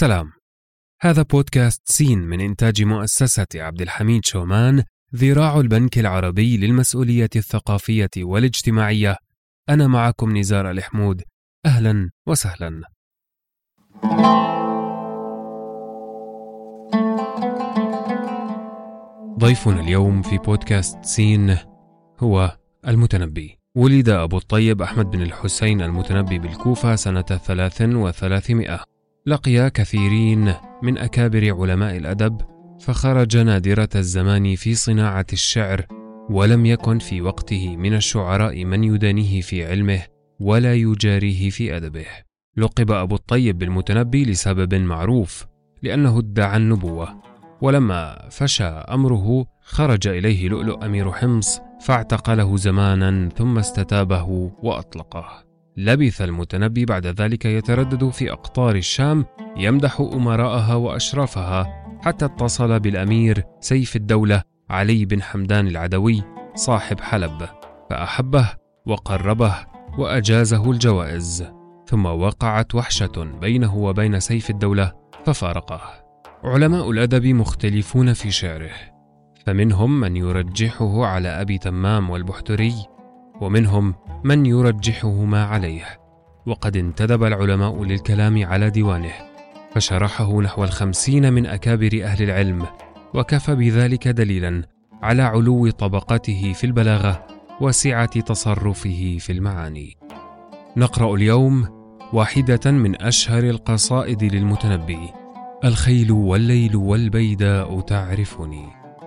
سلام، هذا بودكاست سين من إنتاج مؤسسة عبد الحميد شومان، ذراع البنك العربي للمسؤولية الثقافية والاجتماعية. أنا معكم نزار الحمود، أهلا وسهلا. ضيفنا اليوم في بودكاست سين هو المتنبي. ولد أبو الطيب أحمد بن الحسين المتنبي بالكوفة سنة 300. لقي كثيرين من أكابر علماء الأدب، فخرج نادرة الزمان في صناعة الشعر، ولم يكن في وقته من الشعراء من يدانيه في علمه ولا يجاريه في أدبه. لقب أبو الطيب بالمتنبي لسبب معروف، لأنه ادعى النبوة، ولما فشى أمره خرج إليه لؤلؤ أمير حمص فاعتقله زمانا ثم استتابه وأطلقه. لبث المتنبي بعد ذلك يتردد في أقطار الشام يمدح أمراءها وأشرافها، حتى اتصل بالأمير سيف الدولة علي بن حمدان العدوي صاحب حلب، فأحبه وقربه وأجازه الجوائز، ثم وقعت وحشة بينه وبين سيف الدولة ففارقه. علماء الأدب مختلفون في شعره، فمنهم من يرجحه على أبي تمام والبحتري، ومنهم من يرجحهما عليه. وقد انتدب العلماء للكلام على ديوانه، فشرحه نحو 50 من أكابر أهل العلم، وكفى بذلك دليلا على علو طبقته في البلاغة وسعة تصرفه في المعاني. نقرأ اليوم واحدة من أشهر القصائد للمتنبي: الخيل والليل والبيداء تعرفني،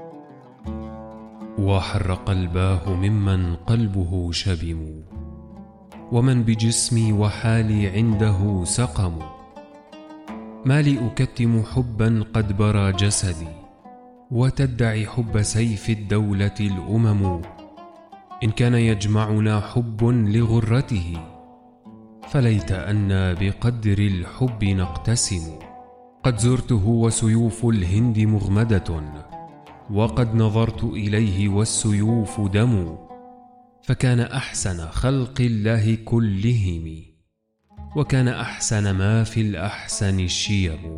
وحر قلباه ممن قلبه شبم، ومن بجسمي وحالي عنده سقم، ما لي أكتم حبا قد برى جسدي، وتدعي حب سيف الدولة الأمم، إن كان يجمعنا حب لغرته، فليت أنا بقدر الحب نقتسم، قد زرته وسيوف الهند مغمدة، وقد نظرت إليه والسيوف دم، فكان أحسن خلق الله كلهم، وكان أحسن ما في الأحسن الشيم،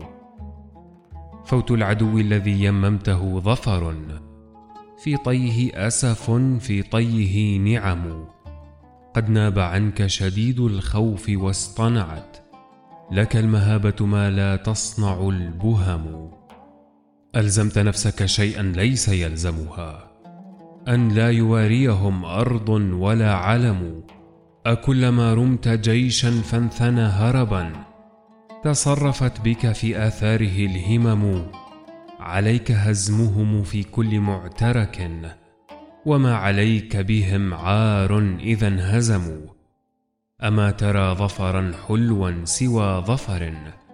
فوت العدو الذي يممته ظفر، في طيه أسف في طيه نعم، قد ناب عنك شديد الخوف واصطنعت لك المهابة ما لا تصنع البهم، ألزمت نفسك شيئا ليس يلزمها، أن لا يواريهم أرض ولا علم، أكلما رمت جيشا فانثنى هربا، تصرفت بك في آثاره الهمم، عليك هزمهم في كل معترك، وما عليك بهم عار إذا انهزموا، أما ترى ظفرا حلوا سوى ظفر،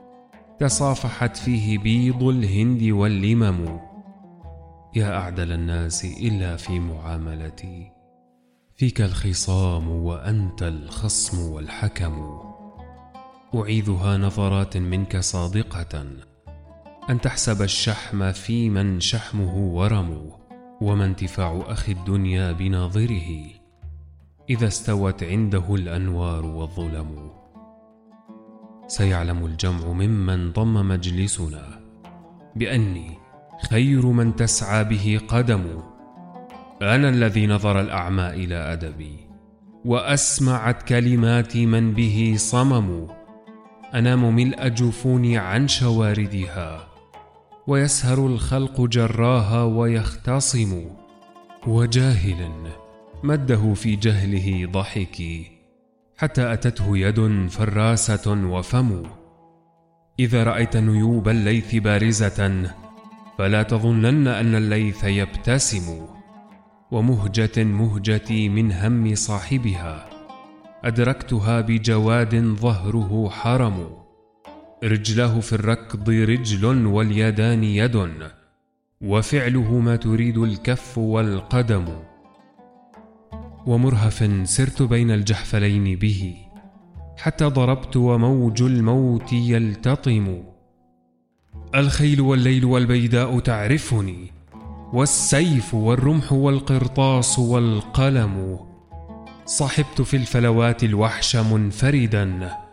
تصافحت فيه بيض الهند واللمم، يا أعدل الناس إلا في معاملتي، فيك الخصام وأنت الخصم والحكم، أعيذها نظرات منك صادقة، أن تحسب الشحم في من شحمه ورم، وما انتفاع أخي الدنيا بناظره، إذا استوت عنده الأنوار والظلم، سيعلم الجمع ممن ضم مجلسنا بأني خير من تسعى به قدم، أنا الذي نظر الأعمى إلى أدبي، وأسمعت كلمات من به صمم، أنام ملء جفوني عن شواردها، ويسهر الخلق جراها ويختصم، وجاهل مده في جهله ضحكي، حتى أتته يد فراسة وفم، إذا رأيت نيوب الليث بارزة فلا تظنن أن الليث يبتسم، ومهجة مهجتي من هم صاحبها، أدركتها بجواد ظهره حرم، رجله في الركض رجل واليدان يد، وفعله ما تريد الكف والقدم، ومرهف سرت بين الجحفلين به، حتى ضربت وموج الموت يلتطم، الخيل والليل والبيداء تعرفني، والسيف والرمح والقرطاس والقلم، صحبت في الفلوات الوحش منفردا،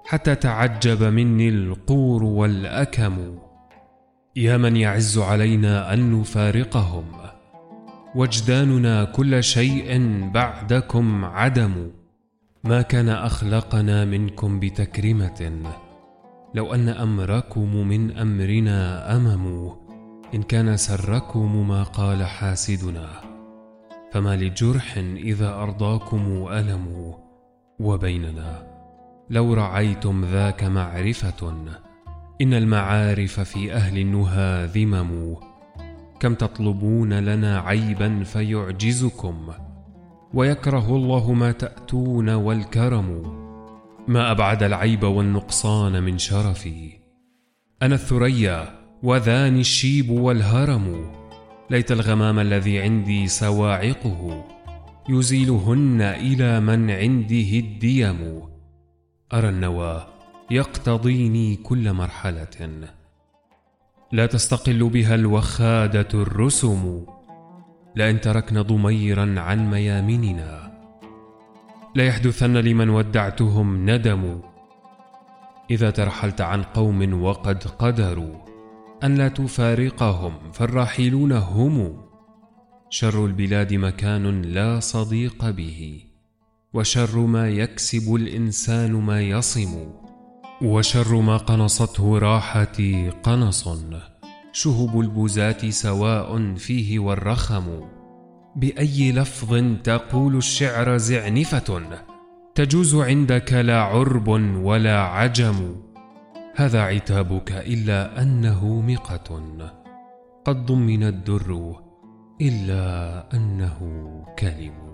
حتى تعجب مني القور والأكم. يا من يعز علينا أن نفارقهم، وجداننا كل شيء بعدكم عدم. ما كان أخلقنا منكم بتكرمة، لو أن أمركم من أمرنا أمم. إن كان سركم ما قال حاسدنا، فما لجرح إذا أرضاكم ألم. وبيننا لو رعيتم ذاك معرفة، إن المعارف في أهل النهى ذمم. كم تطلبون لنا عيبا فيعجزكم، ويكره الله ما تأتون والكرم. ما أبعد العيب والنقصان من شرفي، أنا الثريا وذاني الشيب والهرم. ليت الغمام الذي عندي سواعقه، يزيلهن إلى من عنده الديم. أرى النوى يقتضيني كل مرحلة، لا تستقل بها الوخادة الرسم. لئن تركنا ضميرا عن ميامننا، ليحدثن لمن ودعتهم ندم. إذا ترحلت عن قوم وقد قدروا أن لا تفارقهم، فالراحلون هم. شر البلاد مكان لا صديق به، وشر ما يكسب الإنسان ما يصم. وشر ما قنصته راحتي قنص، شهب البزاة سواء فيه والرخم. بأي لفظ تقول الشعر زعنفة، تجوز عندك لا عرب ولا عجم. هذا عتابك إلا أنه مقة، قد ضمن الدر إلا أنه كلم.